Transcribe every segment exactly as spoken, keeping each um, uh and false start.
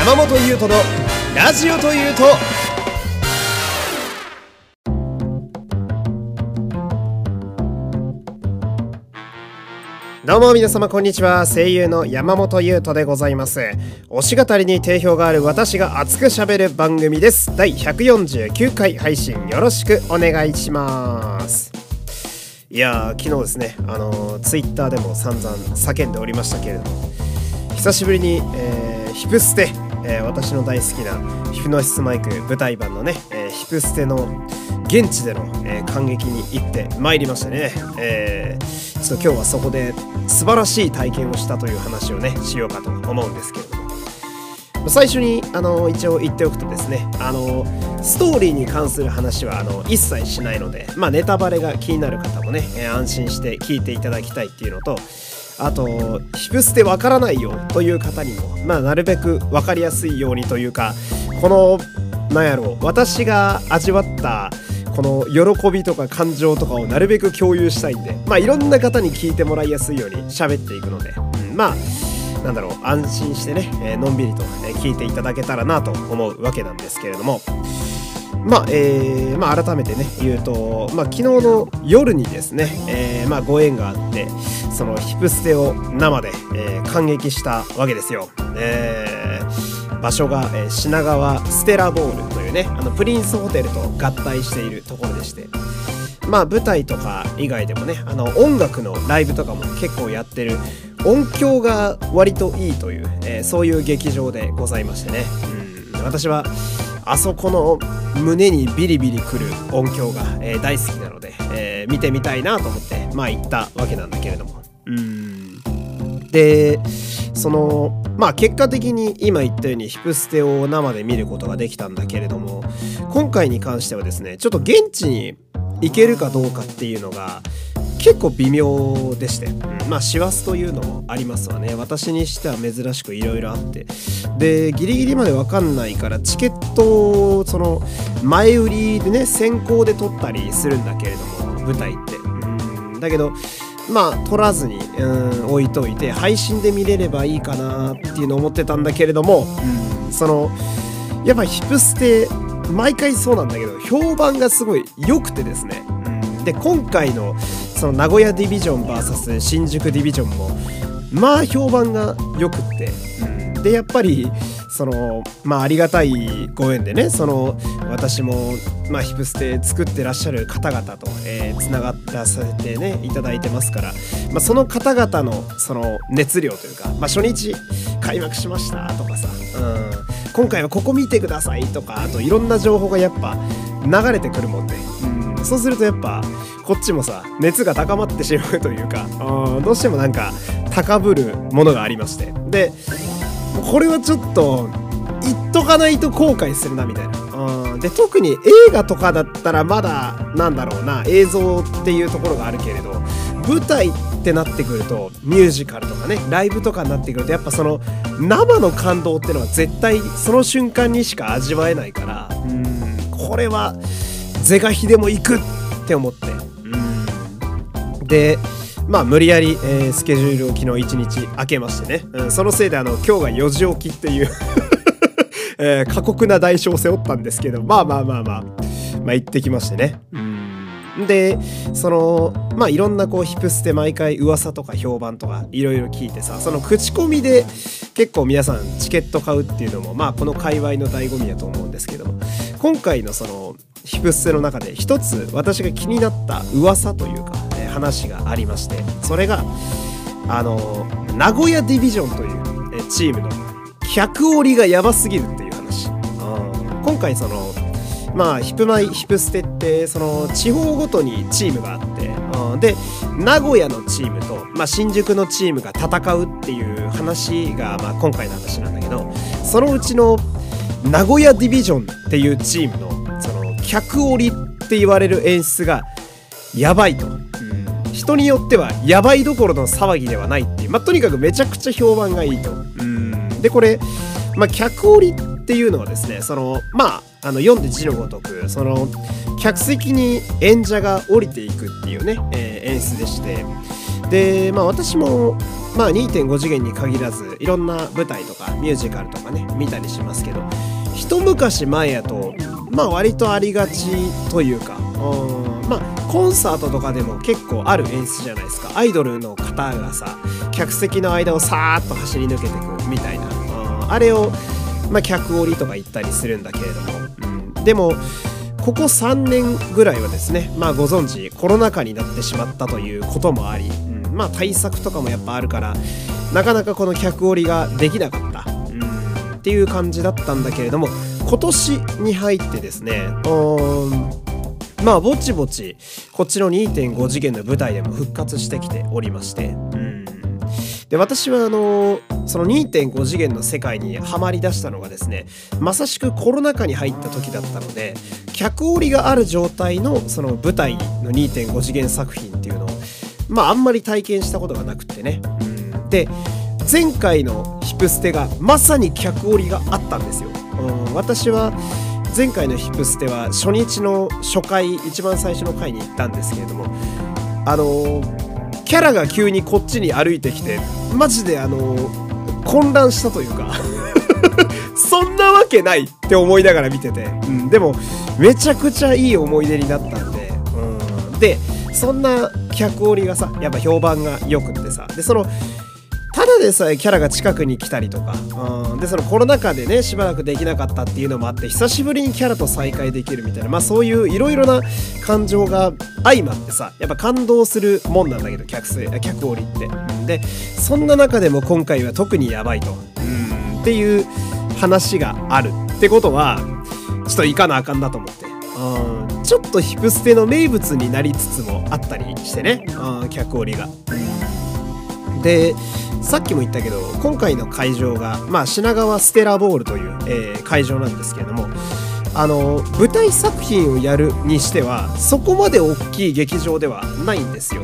山本優斗のラジオというと。どうも皆様こんにちは。声優の山本優斗でございます。推し語りに定評がある私が熱く喋る番組です。だいひゃくよんじゅうきゅうかい配信よろしくお願いします。いやー、昨日ですね、あのー、ツイッターでも散々叫んでおりましたけれども、久しぶりに、えー、ヒプステ、えー、私の大好きなヒプノシスマイク舞台版のね、えー、ヒプステの現地での、えー、感激に行ってまいりましたね。えーちょっと今日はそこで素晴らしい体験をしたという話をねしようかと思うんですけれども、最初にあの一応言っておくとですね、あのストーリーに関する話はあの一切しないので、まあ、ネタバレが気になる方もね、えー、安心して聞いていただきたいっていうのと、あとヒプステわからないよという方にも、まあ、なるべくわかりやすいようにというか、このなんやろう、私が味わったこの喜びとか感情とかをなるべく共有したいんで、まあいろんな方に聞いてもらいやすいように喋っていくので、うん、まあなんだろう、安心してね、えー、のんびりと、えー、聞いていただけたらなと思うわけなんですけれども、まあ、えー、まあ改めてね言うと、まあ昨日の夜にですね、えー、まあご縁があって、そのヒプステを生で、えー、感激したわけですよ。えー場所が、えー、品川ステラボールというね、あのプリンスホテルと合体しているところでして、まあ舞台とか以外でもね、あの音楽のライブとかも結構やってる、音響が割といいという、えー、そういう劇場でございましてね、うん、私はあそこの胸にビリビリくる音響が、えー、大好きなので、えー、見てみたいなと思ってまあ行ったわけなんだけれども、うんでそのまあ結果的に今言ったようにヒプステを生で見ることができたんだけれども、今回に関してはですね、ちょっと現地に行けるかどうかっていうのが結構微妙でして、うん、まあ師走というのもありますわね。私にしては珍しくいろいろあって、でギリギリまで分かんないからチケットをその前売りでね先行で取ったりするんだけれども、舞台って、うん、だけどまあ取らずに、うん、置いといて配信で見れればいいかなっていうのを思ってたんだけれども、うん、そのやっぱヒプステ毎回そうなんだけど評判がすごい良くてですね、うん、で今回のその名古屋ディビジョン ブイエス 新宿ディビジョンもまあ評判が良くって、うん、でやっぱりそのまあありがたいご縁でね、その私もまあヒプステ作ってらっしゃる方々と、えー、つながらせてねいただいてますから、まあ、その方々のその熱量というか、まあ、初日開幕しましたとかさ、うん、今回はここ見てくださいとか、あといろんな情報がやっぱ流れてくるもんで、うん、そうするとやっぱこっちもさ熱が高まってしまうというか、うん、どうしてもなんか高ぶるものがありまして、でこれはちょっと言っとかないと後悔するなみたいな、うん、で特に映画とかだったらまだなんだろうな、映像っていうところがあるけれど、舞台ってなってくるとミュージカルとかねライブとかになってくるとやっぱその生の感動ってのは絶対その瞬間にしか味わえないから、うん、これは是が非でも行くって思って、うん、でまあ無理やり、えー、スケジュールを昨日いちにち空けましてね、うん、そのせいであの今日がよじ起きっていう、えー、過酷な代償を背負ったんですけど、まあまあまあまあまあ行ってきましてね、うん、でそのまあいろんなこうヒプステ毎回噂とか評判とかいろいろ聞いてさ、その口コミで結構皆さんチケット買うっていうのもまあこの界隈の醍醐味だと思うんですけども、今回のそのヒプステの中で一つ私が気になった噂というか話がありまして、それがあの名古屋ディビジョンというチームの客折りがやばすぎるっていう話。今回そのまあヒプマイヒプステってその地方ごとにチームがあって、で名古屋のチームと、まあ、新宿のチームが戦うっていう話が、まあ、今回の話なんだけど、そのうちの名古屋ディビジョンっていうチームのその客折りって言われる演出がやばいと、人によってはやばいどころの騒ぎではないっていう、まあ、とにかくめちゃくちゃ評判がいいと。うんでこれ、まあ、客折りっていうのはですね、そのまああの読んで字のごとくその客席に演者が降りていくっていうね、えー、演出でして、 でまあ私もまあ にてんご 次元に限らずいろんな舞台とかミュージカルとかね見たりしますけど、一昔前やとまあ割とありがちというか、うんまあコンサートとかでも結構ある演出じゃないですか。アイドルの方がさ客席の間をさーっと走り抜けてくみたいな、うん、あれをまあ客折りとか言ったりするんだけれども、うん、でもここさんねんぐらいはですね、まあご存知コロナ禍になってしまったということもあり、うん、まあ対策とかもやっぱあるからなかなかこの客折りができなかった、うん、っていう感じだったんだけれども、今年に入ってですね、うーんまあぼちぼちこっちの にてんご 次元の舞台でも復活してきておりまして、うんで私はあのその にてんご 次元の世界にはまりだしたのがですね、まさしくコロナ禍に入った時だったので、客折りがある状態のその舞台の にてんご 次元作品っていうのをまああんまり体験したことがなくってね、うん、で前回のヒプステがまさに客折りがあったんですよ、うん、私は前回のヒプステは初日の初回一番最初の回に行ったんですけれども、あのキャラが急にこっちに歩いてきてマジであの混乱したというかそんなわけないって思いながら見てて、うん、でもめちゃくちゃいい思い出になったんで、うん、でそんな客折りがさやっぱ評判がよくってさ、でそのただでさえキャラが近くに来たりとか、うん、でそのコロナ禍でねしばらくできなかったっていうのもあって久しぶりにキャラと再会できるみたいな、まあそういういろいろな感情が相まってさやっぱ感動するもんなんだけど客数客折りって、うん、でそんな中でも今回は特にやばいと、うん、っていう話があるってことはちょっと行かなあかんなと思って、うん、ちょっとヒプステの名物になりつつもあったりしてね、うん、客折りが、うん、でさっきも言ったけど今回の会場が、まあ、品川ステラボールという、えー、会場なんですけれども、あの舞台作品をやるにしてはそこまで大きい劇場ではないんですよ、うん、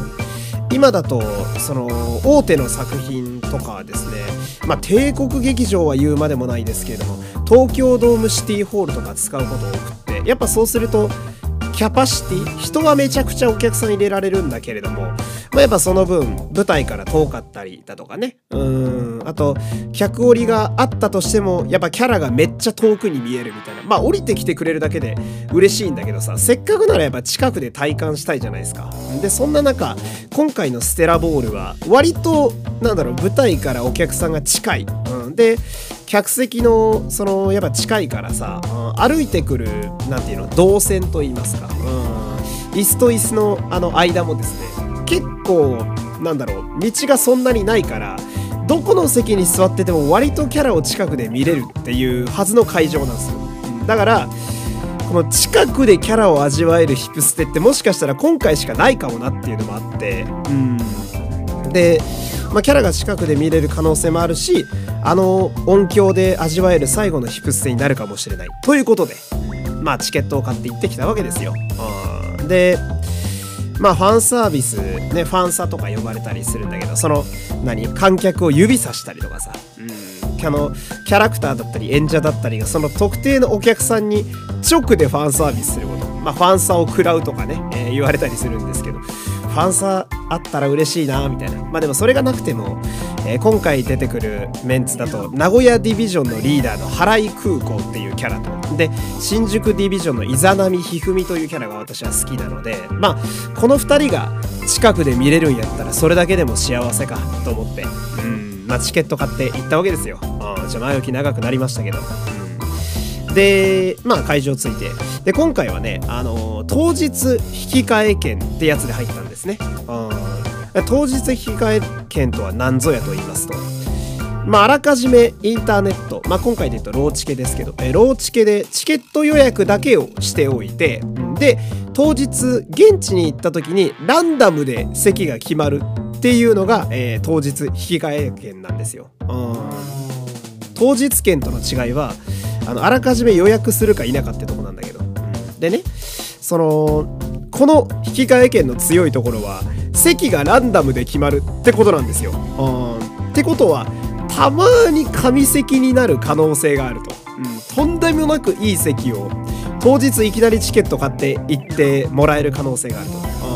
今だとその大手の作品とかはですね、まあ、帝国劇場は言うまでもないですけれども東京ドームシティホールとか使うこと多くって、やっぱそうするとキャパシティ人はめちゃくちゃお客さん入れられるんだけれども、まあ、やっぱその分舞台から遠かったりだとかね、うーんあと客折りがあったとしてもやっぱキャラがめっちゃ遠くに見えるみたいな、まあ降りてきてくれるだけで嬉しいんだけどさ、せっかくならやっぱ近くで体感したいじゃないですか。でそんな中今回のステラボールは割となんだろう舞台からお客さんが近い、うん、で客席のそのやっぱ近いからさ、うん、歩いてくるなんていうの動線といいますか、うん、椅子と椅子のあの間もですね結構なんだろう道がそんなにないからどこの席に座ってても割とキャラを近くで見れるっていうはずの会場なんですよ。だからこの近くでキャラを味わえるヒプステってもしかしたら今回しかないかもなっていうのもあって、うんで、まあ、キャラが近くで見れる可能性もあるし、あの音響で味わえる最後のヒプステになるかもしれないということで、まあチケットを買って行ってきたわけですよ。うんでまあファンサービスね、ファンサとか呼ばれたりするんだけど、その何観客を指さしたりとかさ、うんあのキャラクターだったり演者だったりがその特定のお客さんに直でファンサービスすること、まあファンサを食らうとかね、えー、言われたりするんですけど、ファンサあったら嬉しいなみたいな。まあでもそれがなくても、えー、今回出てくるメンツだと名古屋ディビジョンのリーダーの原井空港っていうキャラと、で新宿ディビジョンのイザナミヒフミというキャラが私は好きなので、まあこのふたりが近くで見れるんやったらそれだけでも幸せかと思って、うんまあチケット買って行ったわけですよ。あじゃあ前置き長くなりましたけど、うん、でまあ会場着いて、で今回はね、あのー、当日引換え券ってやつで入ったんですね。うん、当日引換え券とは何ぞやと言いますと、まああらかじめインターネット、まあ今回で言うとローチケですけど、えローチケでチケット予約だけをしておいて、で当日現地に行った時にランダムで席が決まるっていうのが、えー、当日引換え券なんですよ。うん当日券との違いは あの、あらかじめ予約するか否かってとこなんだけど、うん、でね、そのこの引換え券の強いところは席がランダムで決まるってことなんですよ。うんってことはたまに神席になる可能性があると、うん、とんでもなくいい席を当日いきなりチケット買って行ってもらえる可能性があると。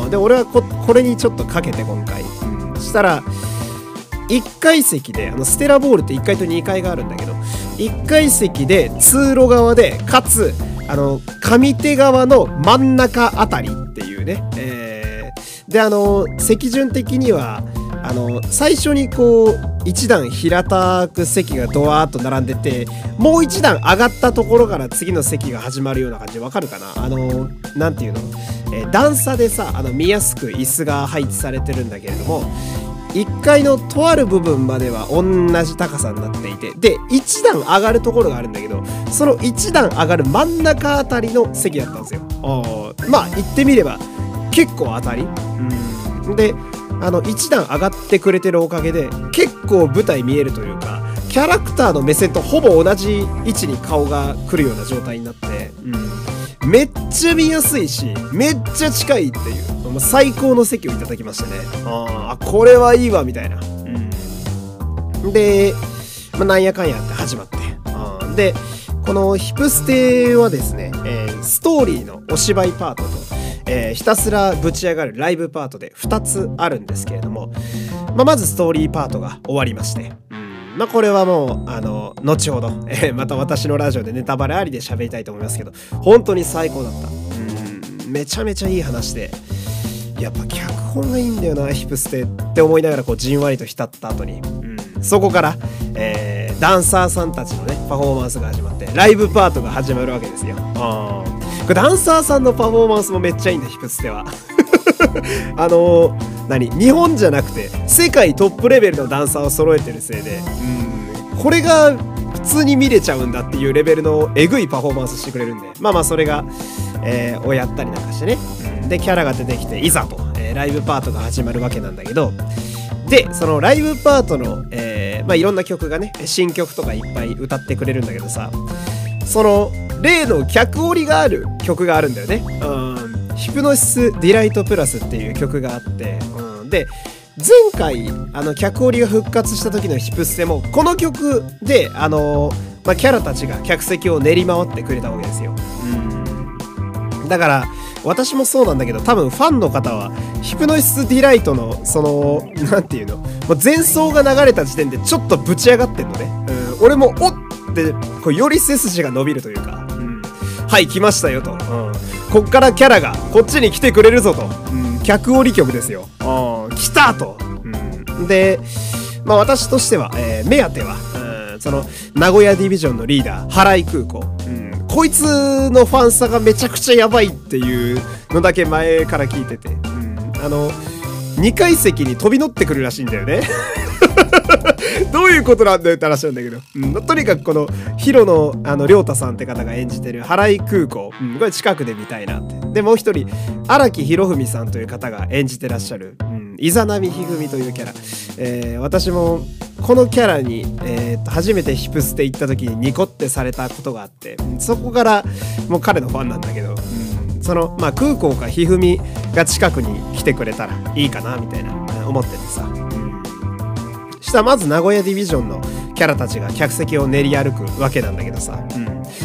で俺は こ, これにちょっとかけて今回、うん、そしたらいっかい席であのステラボールっていっかいとにかいがあるんだけど、いっかい席で通路側でかつあの上手側の真ん中あたりっていうね、えー、であの席順的にはあの最初にこう一段平たく席がドワーッと並んでて、もう一段上がったところから次の席が始まるような感じでわかるかな。あのなんていうの、えー、段差でさあの見やすく椅子が配置されてるんだけれども、いっかいのとある部分までは同じ高さになっていて、でいち段上がるところがあるんだけど、そのいち段上がる真ん中あたりの席だったんですよ。まあ言ってみれば結構当たり、うん、であのいち段上がってくれてるおかげで結構舞台見えるというか、キャラクターの目線とほぼ同じ位置に顔が来るような状態になって、うん、めっちゃ見やすいしめっちゃ近いっていう、最高の席をいただきましたね。ああこれはいいわみたいな、うん、で、まあ、なんやかんやって始まって、あでこのヒプステはですね、えー、ストーリーのお芝居パートと、えー、ひたすらぶち上がるライブパートでふたつあるんですけれども、まあ、まずストーリーパートが終わりまして、うんまあ、これはもうあの後ほど、えー、また私のラジオでネタバレありで喋りたいと思いますけど、本当に最高だった、うん、めちゃめちゃいい話で、やっぱ脚本がいいんだよなヒプステって思いながらこうじんわりと浸った後に、うん、そこから、えー、ダンサーさんたちのねパフォーマンスが始まってライブパートが始まるわけですよ。あこれダンサーさんのパフォーマンスもめっちゃいいんだヒプステはあのー、何日本じゃなくて世界トップレベルのダンサーを揃えてるせいで、うんこれが普通に見れちゃうんだっていうレベルのえぐいパフォーマンスしてくれるんで、まあまあそれが、えー、をやったりなんかしてね、でキャラが出てきていざと、えー、ライブパートが始まるわけなんだけど、でそのライブパートの、えーまあ、いろんな曲がね新曲とかいっぱい歌ってくれるんだけどさ、その例の客折りがある曲があるんだよね。うんヒプノシスディライトプラスっていう曲があって、うん、で前回あの客折りが復活した時のヒプステもこの曲であの、まあ、キャラたちが客席を練り回ってくれたわけですよ。うんだから私もそうなんだけど、多分ファンの方はヒプノシスディライトのそのなんていうの、もう前奏が流れた時点でちょっとぶち上がってんのね。うん俺もおってこうより背筋が伸びるというか、うん、はい来ましたよと、うん、こっからキャラがこっちに来てくれるぞと、うん、客折り曲ですよ。うん来たと、うん、でまあ私としては、えー、目当ては、うん、その名古屋ディビジョンのリーダー原井空港、うんこいつのファン差がめちゃくちゃやばいっていうのだけ前から聞いてて、うん、あのにかい席に飛び乗ってくるらしいんだよねどういうことなんだよって話なんだけど、うん、とにかくこのヒロのあの亮太さんって方が演じてる原井空港、うん、これ近くで見たいなって。でもう一人荒木博文さんという方が演じてらっしゃる、うん、イザナミヒグミというキャラ、えー、私もこのキャラに、えー、と初めてヒプステ行った時にニコってされたことがあって、そこからもう彼のファンなんだけど、うん、その、まあ、空港かひふみが近くに来てくれたらいいかなみたいな思っててさ、うん、したらまず名古屋ディビジョンのキャラたちが客席を練り歩くわけなんだけどさ、うん、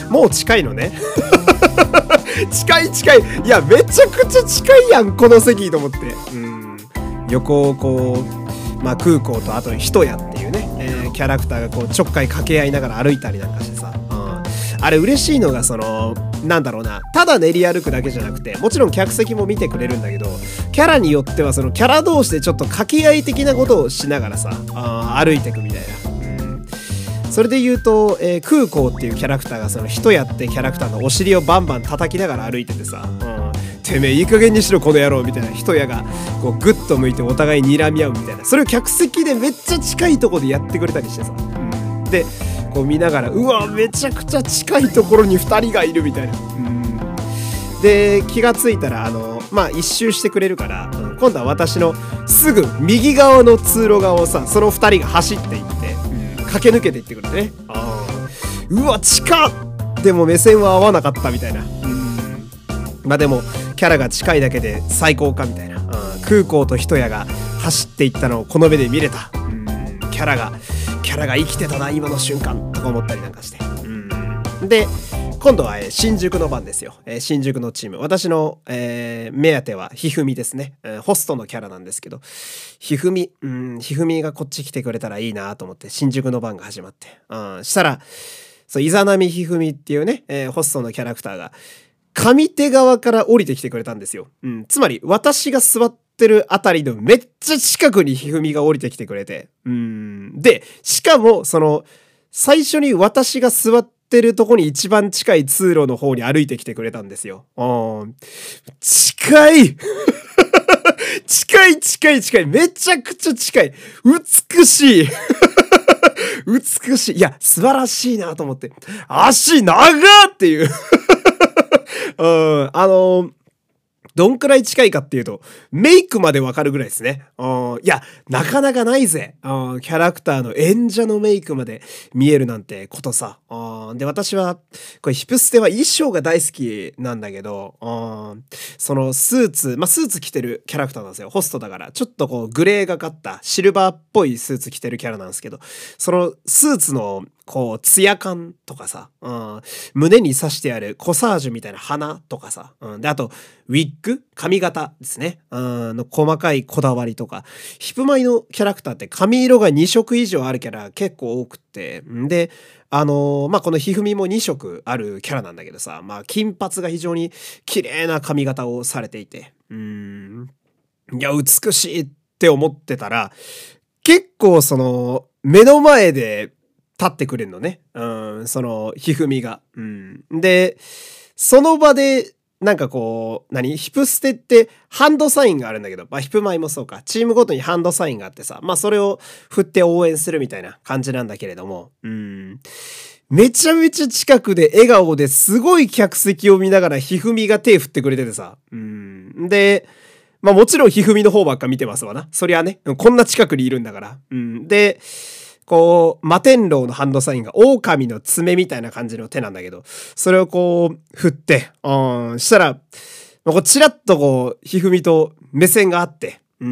もう近いのね近い近いいやめちゃくちゃ近いやんこの席と思って、うん、横をこうまあ、空港とあと人やっていうね、えー、キャラクターがこうちょっかい掛け合いながら歩いたりなんかしてさ、うん、あれ嬉しいのがそのなんだろうな、ただ練り歩くだけじゃなくてもちろん客席も見てくれるんだけど、キャラによってはそのキャラ同士でちょっと掛け合い的なことをしながらさあ歩いてくみたいな、うん、それで言うと、えー、空港っていうキャラクターがその人やってキャラクターのお尻をバンバン叩きながら歩いててさ、うんてめえいい加減にしろこの野郎みたいな人やがこうグッと向いてお互い睨み合うみたいな、それを客席でめっちゃ近いところでやってくれたりしてさ、うん、でこう見ながらうわめちゃくちゃ近いところにふたりがいるみたいな、うん、で気がついたらあのまあ一周してくれるから、うん、今度は私のすぐ右側の通路側をさそのふたりが走っていって、うん、駆け抜けていってくれてね、あうわ近っでも目線は合わなかったみたいな、うん、まあでもキャラが近いだけで最高かみたいな、うん、空港と人やが走っていったのをこの目で見れた、うん、キャラがキャラが生きてたな今の瞬間とか思ったりなんかして、うん、で今度は、えー新宿の番ですよ。えー新宿のチーム。私の、えー目当てはひふみですね、えーホストのキャラなんですけど、ひふみ、うん、ひふみがこっち来てくれたらいいなと思って新宿の番が始まって。うん、したら、そう、イザナミひふみっていうね、えーホストのキャラクターが、上手側から降りてきてくれたんですよ。うん、つまり、私が座ってるあたりのめっちゃ近くにひふみが降りてきてくれて。うん、で、しかも、その、最初に私が座ってるとこに一番近い通路の方に歩いてきてくれたんですよ。うん、近い近い近い近いめちゃくちゃ近い美しい美しい。いや、素晴らしいなと思って。足長っていううん、あのー、どんくらい近いかっていうと、メイクまでわかるぐらいですね。うん、いや、なかなかないぜ。うん、キャラクターの演者のメイクまで見えるなんてことさ。うん、で、私は、これヒプステは衣装が大好きなんだけど、うん、そのスーツ、まあ、スーツ着てるキャラクターなんですよ。ホストだから、ちょっとこう、グレーがかったシルバーっぽいスーツ着てるキャラなんですけど、そのスーツの、こう、ツヤ感とかさ、うん、胸に刺してあるコサージュみたいな花とかさ、うん、で、あと、ウィッグ髪型ですね。うん、の細かいこだわりとか、ヒップマイのキャラクターって髪色がに色以上あるキャラ結構多くって、んで、あのーまあ、このひふみもに色あるキャラなんだけどさ、まあ、金髪が非常に綺麗な髪型をされていて、うん、いや、美しいって思ってたら、結構その、目の前で立ってくれるのね。うん、その、ひふみが。うん。で、その場で、なんかこう、何ヒプステってハンドサインがあるんだけど、まあヒプマイもそうか。チームごとにハンドサインがあってさ、まあそれを振って応援するみたいな感じなんだけれども、うん。めちゃめちゃ近くで笑顔ですごい客席を見ながらひふみが手振ってくれててさ、うん。で、まあもちろんひふみの方ばっか見てますわな。そりゃね、こんな近くにいるんだから。うん。で、こう、摩天楼のハンドサインが狼の爪みたいな感じの手なんだけど、それをこう、振って、うん、したら、こう、チラッとこう、ひふみと目線があって、うん、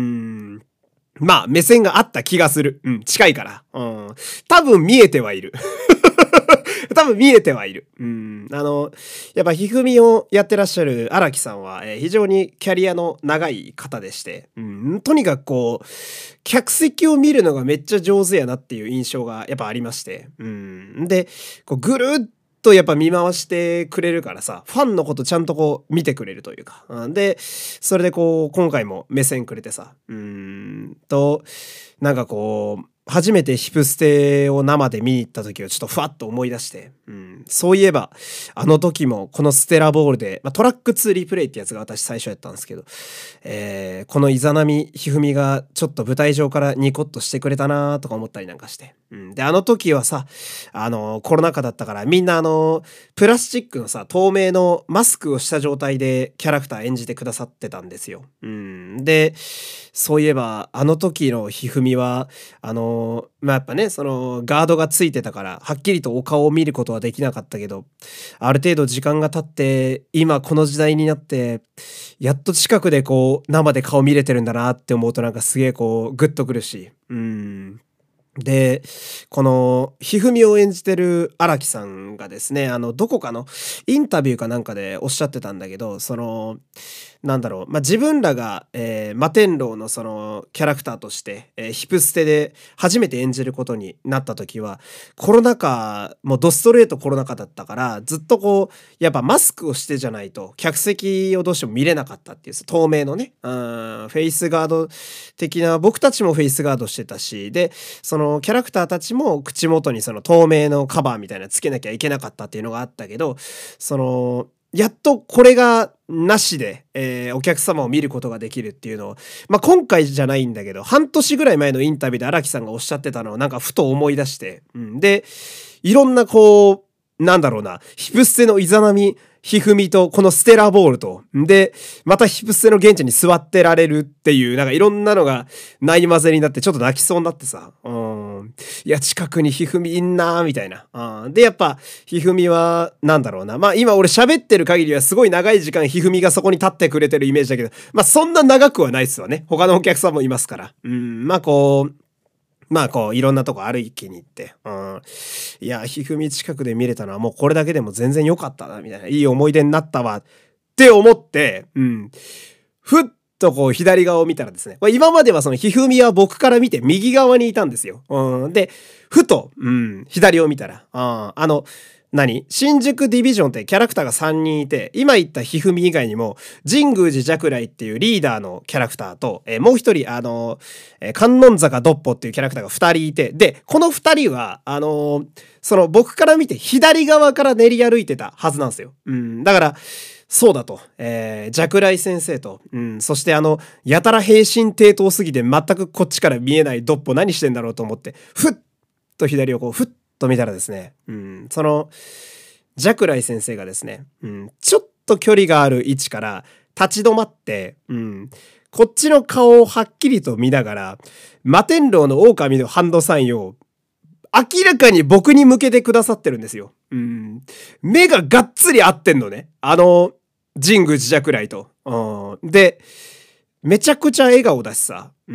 まあ、目線があった気がする。うん、近いから。うん、多分見えてはいる。多分見えてはいる。うん。あの、やっぱひふみをやってらっしゃる荒木さんは、えー非常にキャリアの長い方でして、うん、とにかくこう、客席を見るのがめっちゃ上手やなっていう印象がやっぱありまして、うん。で、こうぐるっとやっぱ見回してくれるからさ、ファンのことちゃんとこう見てくれるというか、うん、で、それでこう、今回も目線くれてさ、うーんと、なんかこう、初めてヒプステを生で見に行った時をちょっとふわっと思い出して、うん、そういえば、あの時もこのステラボールで、まあ、トラックツーリプレイってやつが私最初やったんですけど、えーこのイザナミひふみがちょっと舞台上からニコッとしてくれたなとか思ったりなんかして、うん、で、あの時はさ、あの、コロナ禍だったからみんなあの、プラスチックのさ、透明のマスクをした状態でキャラクター演じてくださってたんですよ。うん、で、そういえば、あの時のひふみは、あの、まあ、やっぱね、その、ガードがついてたから、はっきりとお顔を見ることはできなかったけど、ある程度時間が経って、今この時代になって、やっと近くでこう、生で顔見れてるんだなって思うとなんかすげえこう、グッとくるし、うん。で、この、ひふみを演じてる荒木さんがですね、あの、どこかのインタビューかなんかでおっしゃってたんだけど、その、なんだろう、まあ、自分らが、えー、摩天楼のそのキャラクターとして、えーヒプステで初めて演じることになった時は、コロナ禍、もうドストレートコロナ禍だったから、ずっとこう、やっぱマスクをしてじゃないと、客席をどうしても見れなかったっていう、透明のね、うん、フェイスガード的な、僕たちもフェイスガードしてたし、で、そのキャラクターたちも口元にその透明のカバーみたいなのつけなきゃいけなかったっていうのがあったけど、その、やっとこれがなしで、えーお客様を見ることができるっていうのを、まあ、今回じゃないんだけど、半年ぐらい前のインタビューで荒木さんがおっしゃってたのをなんかふと思い出して、うん、で、いろんなこう、なんだろうな、ヒプステのイザナミ、ひふみと、このステラボールと、で、またヒプステの現地に座ってられるっていう、なんかいろんなのがない混ぜになってちょっと泣きそうになってさ、うん、いや、近くにひふみいんなーみたいな。うん、で、やっぱ、ひふみは、なんだろうな。まあ今俺喋ってる限りはすごい長い時間ひふみがそこに立ってくれてるイメージだけど、まあそんな長くはないっすわね。他のお客さんもいますから。うん、まあこう、 まあこういろんなとこ歩きに行って、うん、いやひふみ近くで見れたのはもうこれだけでも全然良かったなみたいな、いい思い出になったわって思って、うん、ふっとこう左側を見たらですね、今まではそのひふみは僕から見て右側にいたんですよ。うん、でふと、うん、左を見たら、ああの何新宿ディビジョンってキャラクターがさんにんいて、今言ったひふみ以外にも神宮寺寂来っていうリーダーのキャラクターと、えー、もう一人あの、えー、観音坂ドッポっていうキャラクターがふたりいて、でこのふたりはあのー、その僕から見て左側から練り歩いてたはずなんですよ。うん、だからそうだと、えー、寂来先生と、うん、そしてあのやたら平身低頭すぎて全くこっちから見えないドッポ何してんだろうと思ってふっと左をこうふっと見たらですね、うん、その寂来先生がですね、うん、ちょっと距離がある位置から立ち止まって、うん、こっちの顔をはっきりと見ながら摩天楼の狼のハンドサインを明らかに僕に向けてくださってるんですよ。うん、目ががっつり合ってんのね、あの神宮寺寂来と、うん、でめちゃくちゃ笑顔だしさ、うん、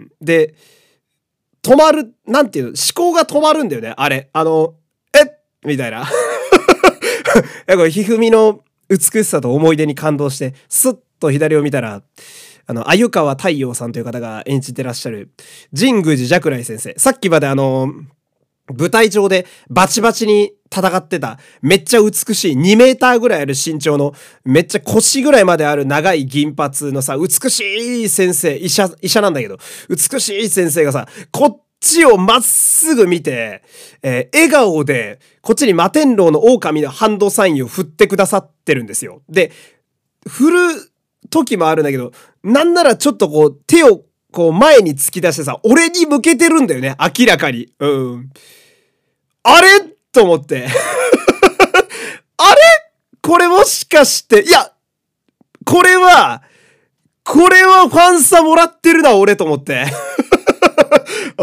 で止まる、なんていうの、思考が止まるんだよね、あれ。あの、えみたいな。これ、ひふみの美しさと思い出に感動して、スッと左を見たら、あの、鮎川太陽さんという方が演じてらっしゃる、神宮寺寂来先生。さっきまであの、舞台上でバチバチに戦ってた、めっちゃ美しいにメーターぐらいある身長の、めっちゃ腰ぐらいまである長い銀髪のさ、美しい先生、医者、医者なんだけど、美しい先生がさ、こっちをまっすぐ見て、えー、笑顔で、こっちに摩天楼の狼のハンドサインを振ってくださってるんですよ。で、振る時もあるんだけど、なんならちょっとこう、手をこう前に突き出してさ、俺に向けてるんだよね、明らかに。うん。あれと思って。あれこれもしかして、いや、これは、これはファンサもらってるな、俺と思って。うん、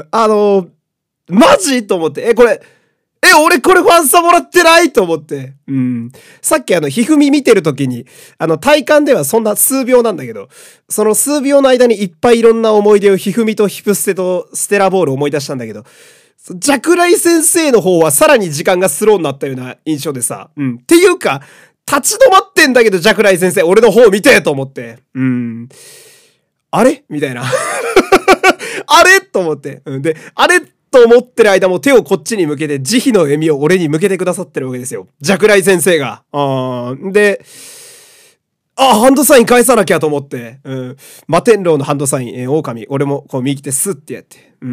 あの、マジと思って。え、これ、え、俺これファンサもらってないと思って。うん。さっきあの、ひふみ見てる時に、あの、体感ではそんな数秒なんだけど、その数秒の間にいっぱいいろんな思い出をひふみとヒプステとステラボール思い出したんだけど、寂来先生の方はさらに時間がスローになったような印象でさ。うん。っていうか、立ち止まってんだけど寂来先生、俺の方見てと思って。うん。あれみたいな。あれと思って。うん。で、あれと思ってる間も手をこっちに向けて、慈悲の笑みを俺に向けてくださってるわけですよ。寂来先生が。あーで、あ、ハンドサイン返さなきゃと思って。うん。摩天楼のハンドサイン、えー、狼。俺もこう右手スッてやって。うん。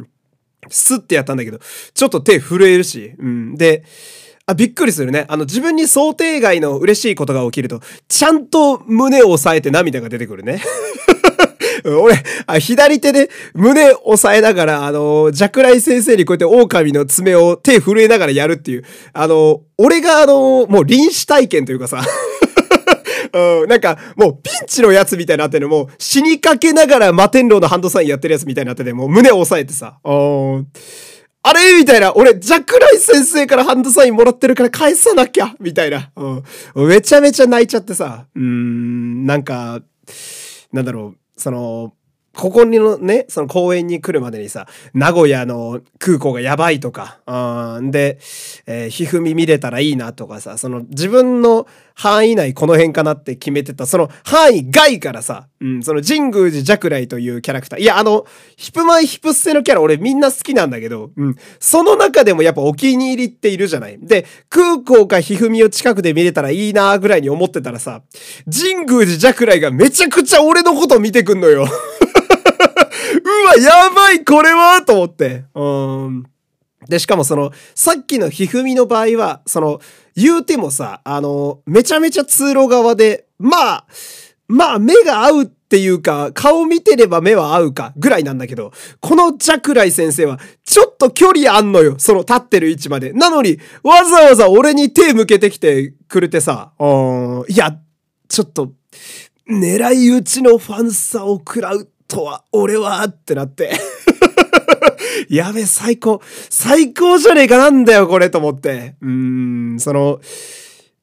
スッてやったんだけど、ちょっと手震えるし、うん。で、あ、びっくりするね。あの、自分に想定外の嬉しいことが起きると、ちゃんと胸を押さえて涙が出てくるね。俺あ、左手で胸を押さえながら、あの、寂来先生にこうやって狼の爪を手震えながらやるっていう、あの、俺があの、もう臨死体験というかさ、うん、なんか、もうピンチのやつみたいになってるのもう死にかけながら摩天楼のハンドサインやってるやつみたいになってて、もう胸を押さえてさ、あれみたいな、俺、寂来先生からハンドサインもらってるから返さなきゃみたいな、うん。めちゃめちゃ泣いちゃってさ、うーん、なんか、なんだろう、その、ここにのね、その公園に来るまでにさ、名古屋の空港がやばいとか、うん、で、えー、ひふみ見れたらいいなとかさ、その自分の範囲内この辺かなって決めてた、その範囲外からさ、うん、その神宮寺寂来というキャラクター。いや、あの、ヒプマイヒプステのキャラ俺みんな好きなんだけど、うん、その中でもやっぱお気に入りっているじゃない。で、空港かひふみを近くで見れたらいいなぐらいに思ってたらさ、神宮寺寂来がめちゃくちゃ俺のこと見てくんのよ。うわ、やばい、これはと思って。うーん。で、しかもその、さっきのひふみの場合は、その、言うてもさ、あの、めちゃめちゃ通路側で、まあ、まあ、目が合うっていうか、顔見てれば目は合うか、ぐらいなんだけど、この寂来先生は、ちょっと距離あんのよ。その立ってる位置まで。なのに、わざわざ俺に手向けてきてくれてさ、うーん、いや、ちょっと、狙い撃ちのファンサを食らうとは、俺は、ってなって。やべ、最高。最高じゃねえかなんだよ、これ、と思って。うーん、その、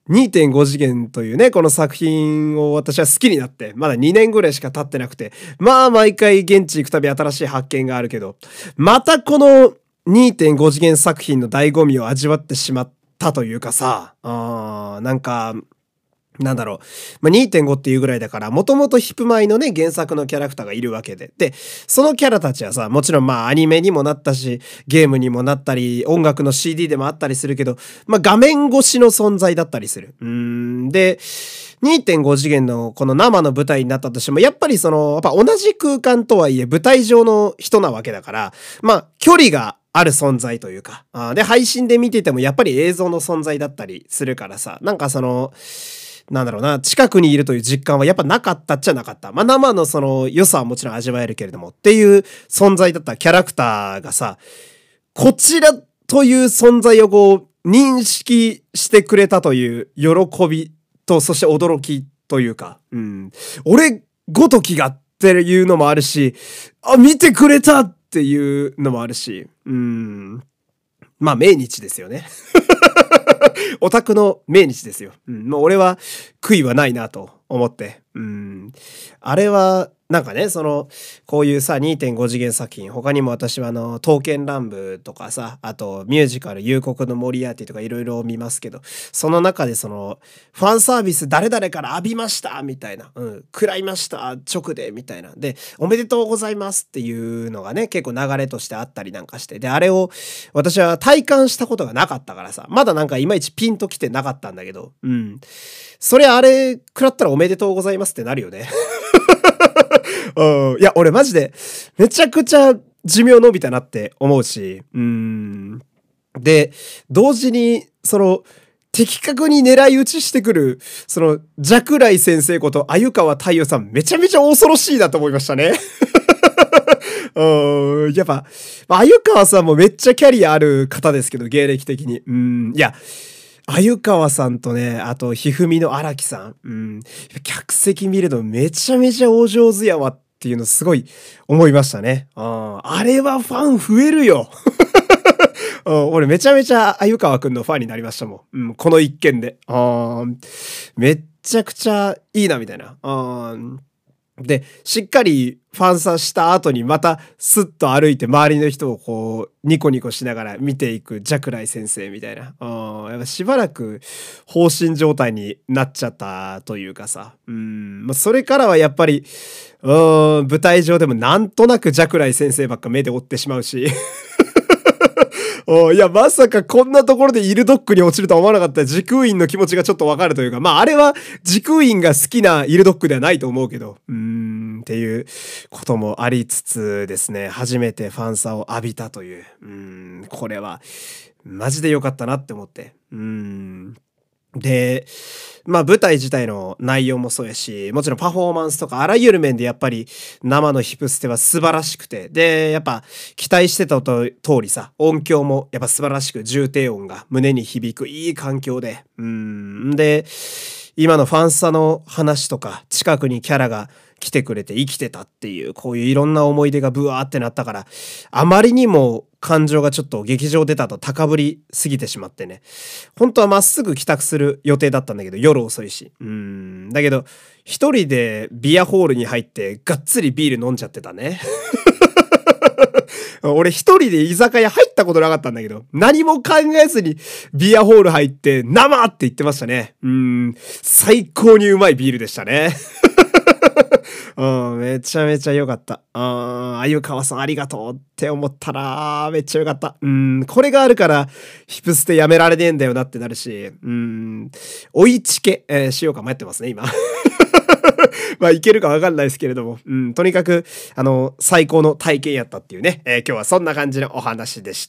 にてんご 次元というね、この作品を私は好きになって、まだにねんぐらいしか経ってなくて、まあ毎回現地行くたび新しい発見があるけど、またこの にてんご 次元作品の醍醐味を味わってしまったというかさ、あーなんか、なんだろう。まあ、にてんご っていうぐらいだから、もともとヒップマイのね、原作のキャラクターがいるわけで。で、そのキャラたちはさ、もちろんまあアニメにもなったし、ゲームにもなったり、音楽の シーディー でもあったりするけど、まあ画面越しの存在だったりする。うーん。で、にてんご 次元のこの生の舞台になったとしても、やっぱりその、やっぱ同じ空間とはいえ舞台上の人なわけだから、まあ距離がある存在というか、あで、配信で見ててもやっぱり映像の存在だったりするからさ、なんかその、なんだろうな、近くにいるという実感はやっぱなかったっちゃなかった。まあ生のその良さはもちろん味わえるけれどもっていう存在だったキャラクターがさ、こちらという存在をこう認識してくれたという喜びと、そして驚きというか、うん。俺ごときがっていうのもあるし、あ、見てくれたっていうのもあるし、うん。まあ命日ですよね。オタクの命日ですよ。うん、もう俺は悔いはないなと思って。うん、あれは、なんかね、その、こういうさ、にてんご 次元作品、他にも私はあの、刀剣乱舞とかさ、あとミュージカル、幽谷のモリアーティとかいろいろ見ますけど、その中でその、ファンサービス誰々から浴びましたみたいな、うん、食らいました直でみたいな。で、おめでとうございますっていうのがね、結構流れとしてあったりなんかして、で、あれを私は体感したことがなかったからさ、まだなんかいまいちピンときてなかったんだけど、うん。それあれ食らったらおめでとうございますってなるよね。うん、いや、俺マジでめちゃくちゃ寿命伸びたなって思うし、うーん。で、同時に、その、的確に狙い撃ちしてくる、その、寂来先生こと鮎川太陽さん、めちゃめちゃ恐ろしいなと思いましたね。うん、やっぱ、鮎川さんもめっちゃキャリアある方ですけど、芸歴的に。うん、いや、鮎川さんとね、あと、ひふみの荒木さん。うん。客席見るとめちゃめちゃお上手やわっていうのすごい思いましたね。ああれはファン増えるよ。俺めちゃめちゃ鮎川くんのファンになりましたもん。うん、この一件で。あめっちゃくちゃいいなみたいな。あで、しっかりファンサした後にまたスッと歩いて周りの人をこうニコニコしながら見ていく寂来先生みたいな。あやっぱしばらく放心状態になっちゃったというかさ。うん、まあ、それからはやっぱり、うん、舞台上でもなんとなく寂来先生ばっか目で追ってしまうし。いや、まさかこんなところでイルドッグに落ちるとは思わなかった。時空院の気持ちがちょっとわかるというか、まああれは時空院が好きなイルドッグではないと思うけど、うーん、っていうこともありつつですね、初めてファンサを浴びたという、うーん、これはマジで良かったなって思って、うーん。で、まあ舞台自体の内容もそうやし、もちろんパフォーマンスとかあらゆる面でやっぱり生のヒプステは素晴らしくて、で、やっぱ期待してた通りさ、音響もやっぱ素晴らしく重低音が胸に響くいい環境で、うーん、で、今のファンサの話とか近くにキャラが来てくれて生きてたっていう、こういういろんな思い出がブワーってなったから、あまりにも感情がちょっと劇場出たと高ぶりすぎてしまってね。本当はまっすぐ帰宅する予定だったんだけど、夜遅いし。うーん。だけど、一人でビアホールに入ってがっつりビール飲んじゃってたね。俺一人で居酒屋入ったことなかったんだけど、何も考えずにビアホール入って生って言ってましたね。うーん。最高にうまいビールでしたね。うん、めちゃめちゃ良かった。ああ、鮎川さんありがとうって思ったら、めっちゃ良かった。うん、これがあるから、ヒプステやめられねえんだよなってなるし、うん、追いチケ、えー、しようか迷ってますね、今。まあ、いけるかわかんないですけれども、うん、とにかく、あの、最高の体験やったっていうね、えー、今日はそんな感じのお話でした。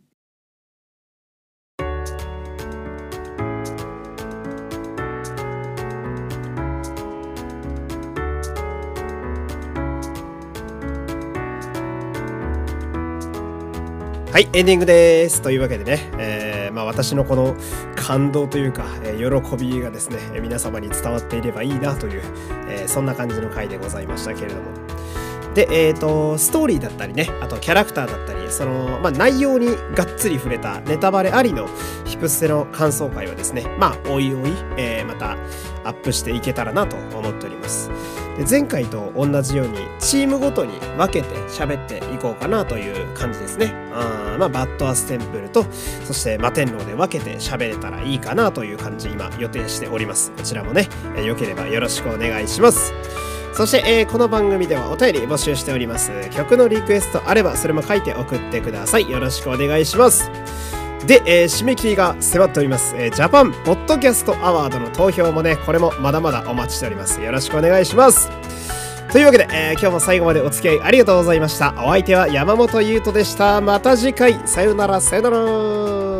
はい、エンディングです。というわけでね、えー、まあ私のこの感動というか、えー、喜びがですね、皆様に伝わっていればいいなという、えー、そんな感じの回でございましたけれども。 で、えーと、ストーリーだったりね、あとキャラクターだったり、その、まあ、内容にがっつり触れたネタバレありのヒプステの感想会はですね、まあ、おいおい、えー、またアップしていけたらなと思っております。で、前回と同じように、チームごとに分けて喋っていこうかなという感じですね。あまあ、バッドアステンプルと、そして摩天楼で分けて喋れたらいいかなという感じ、今予定しております。こちらもね、えー、よければよろしくお願いします。そして、えー、この番組ではお便り募集しております。曲のリクエストあればそれも書いて送ってください。よろしくお願いします。で、えー、締め切りが迫っております。えー、ジャパンポッドキャストアワードの投票もね、これもまだまだお待ちしております。よろしくお願いします。というわけで、えー、今日も最後までお付き合いありがとうございました。お相手は山本優斗でした。また次回。さよなら、さよなら。